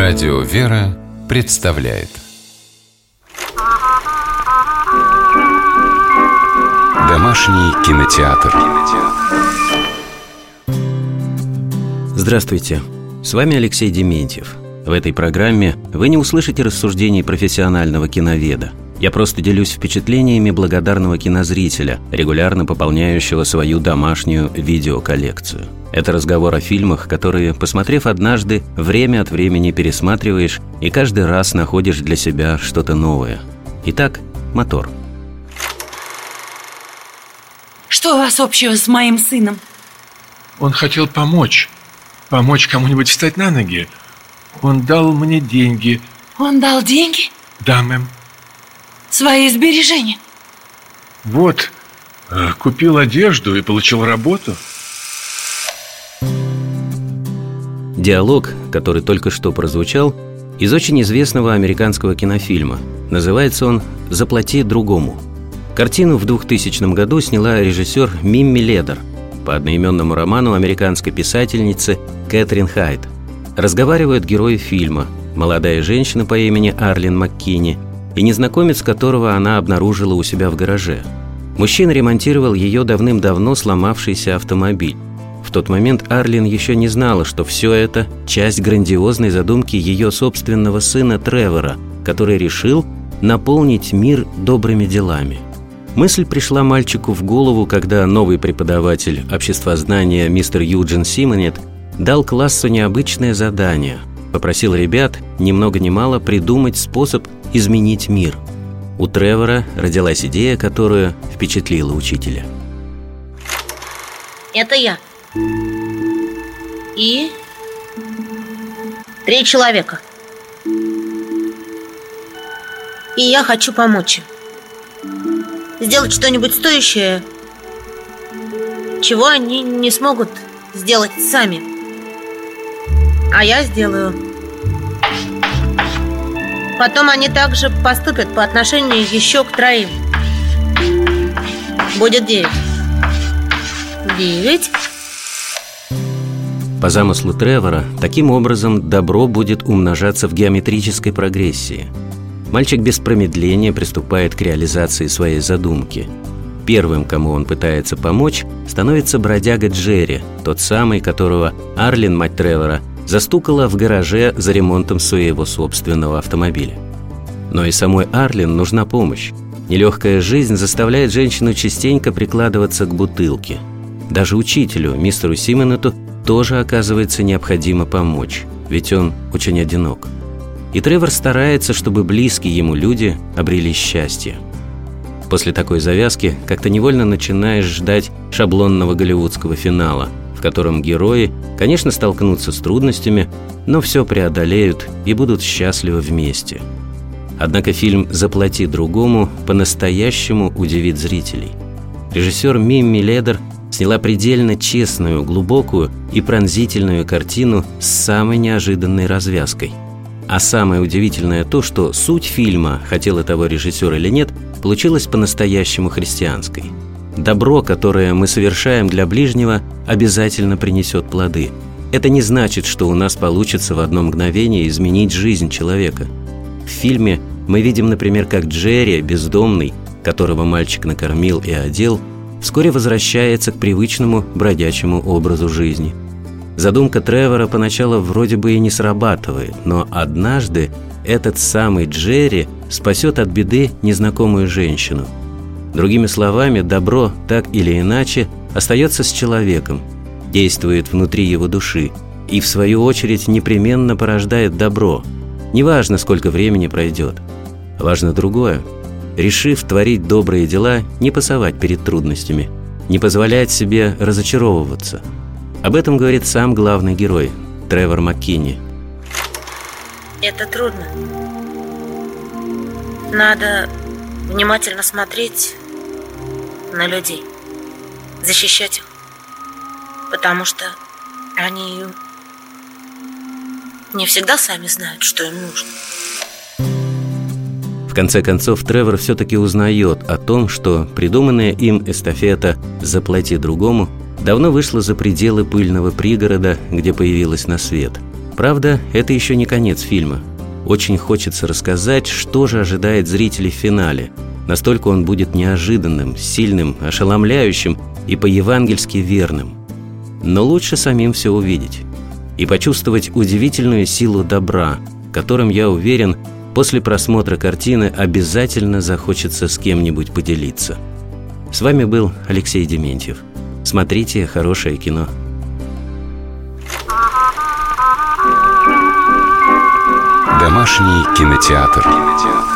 Радио «Вера» представляет Домашний кинотеатр. Здравствуйте, с вами Алексей Дементьев. В этой программе вы не услышите рассуждений профессионального киноведа. Я просто делюсь впечатлениями благодарного кинозрителя, регулярно пополняющего свою домашнюю видеоколлекцию. Это разговор о фильмах, которые, посмотрев однажды, время от времени пересматриваешь и каждый раз находишь для себя что-то новое. Итак, мотор. Что у вас общего с моим сыном? Он хотел помочь кому-нибудь встать на ноги. Он дал мне деньги. Он дал деньги? Да, мэм. Свои сбережения? Вот, купил одежду и получил работу. Диалог, который только что прозвучал, из очень известного американского кинофильма. Называется он «Заплати другому». Картину в 2000 году сняла режиссер Мимми Ледер по одноименному роману американской писательницы Кэтрин Хайд. Разговаривают герои фильма: молодая женщина по имени Арлин Маккини и незнакомец, которого она обнаружила у себя в гараже. Мужчина ремонтировал ее давным-давно сломавшийся автомобиль. В тот момент Арлин еще не знала, что все это часть грандиозной задумки ее собственного сына Тревора, который решил наполнить мир добрыми делами. Мысль пришла мальчику в голову, когда новый преподаватель обществознания мистер Юджин Симонет дал классу необычное задание. Попросил ребят ни много ни мало придумать способ изменить мир. У Тревора родилась идея, которая впечатлила учителя. Это я. И 3 человека. И я хочу помочь им. Сделать что-нибудь стоящее, чего они не смогут сделать сами. А я сделаю. Потом они также поступят по отношению еще к 3. Будет 9. 9. По замыслу Тревора, таким образом добро будет умножаться в геометрической прогрессии. Мальчик без промедления приступает к реализации своей задумки. Первым, кому он пытается помочь, становится бродяга Джерри, тот самый, которого Арлин, мать Тревора, застукала в гараже за ремонтом своего собственного автомобиля. Но и самой Арлин нужна помощь. Нелегкая жизнь заставляет женщину частенько прикладываться к бутылке. Даже учителю, мистеру Симонету, тоже оказывается необходимо помочь, ведь он очень одинок. И Тревор старается, чтобы близкие ему люди обрели счастье. После такой завязки как-то невольно начинаешь ждать шаблонного голливудского финала, в котором герои, конечно, столкнутся с трудностями, но все преодолеют и будут счастливы вместе. Однако фильм «Заплати другому» по-настоящему удивит зрителей. Режиссер Мимми Ледер сняла предельно честную, глубокую и пронзительную картину с самой неожиданной развязкой. А самое удивительное то, что суть фильма, хотел этого режиссер или нет, получилась по-настоящему христианской. Добро, которое мы совершаем для ближнего, обязательно принесет плоды. Это не значит, что у нас получится в одно мгновение изменить жизнь человека. В фильме мы видим, например, как Джерри, бездомный, которого мальчик накормил и одел, вскоре возвращается к привычному бродячему образу жизни. Задумка Тревора поначалу вроде бы и не срабатывает, но однажды этот самый Джерри спасет от беды незнакомую женщину. Другими словами, добро так или иначе остается с человеком, действует внутри его души и, в свою очередь, непременно порождает добро. Неважно, сколько времени пройдет. Важно другое. Решив творить добрые дела, не пасовать перед трудностями, не позволять себе разочаровываться. Об этом говорит сам главный герой, Тревор Маккини. Это трудно. Надо внимательно смотреть на людей, защищать их, потому что они не всегда сами знают, что им нужно. В конце концов, Тревор все-таки узнает о том, что придуманная им эстафета «Заплати другому» давно вышла за пределы пыльного пригорода, где появилась на свет. Правда, это еще не конец фильма. Очень хочется рассказать, что же ожидает зрителей в финале. Настолько он будет неожиданным, сильным, ошеломляющим и по-евангельски верным. Но лучше самим все увидеть и почувствовать удивительную силу добра, которым, я уверен, после просмотра картины обязательно захочется с кем-нибудь поделиться. С вами был Алексей Дементьев. Смотрите хорошее кино. Домашний кинотеатр.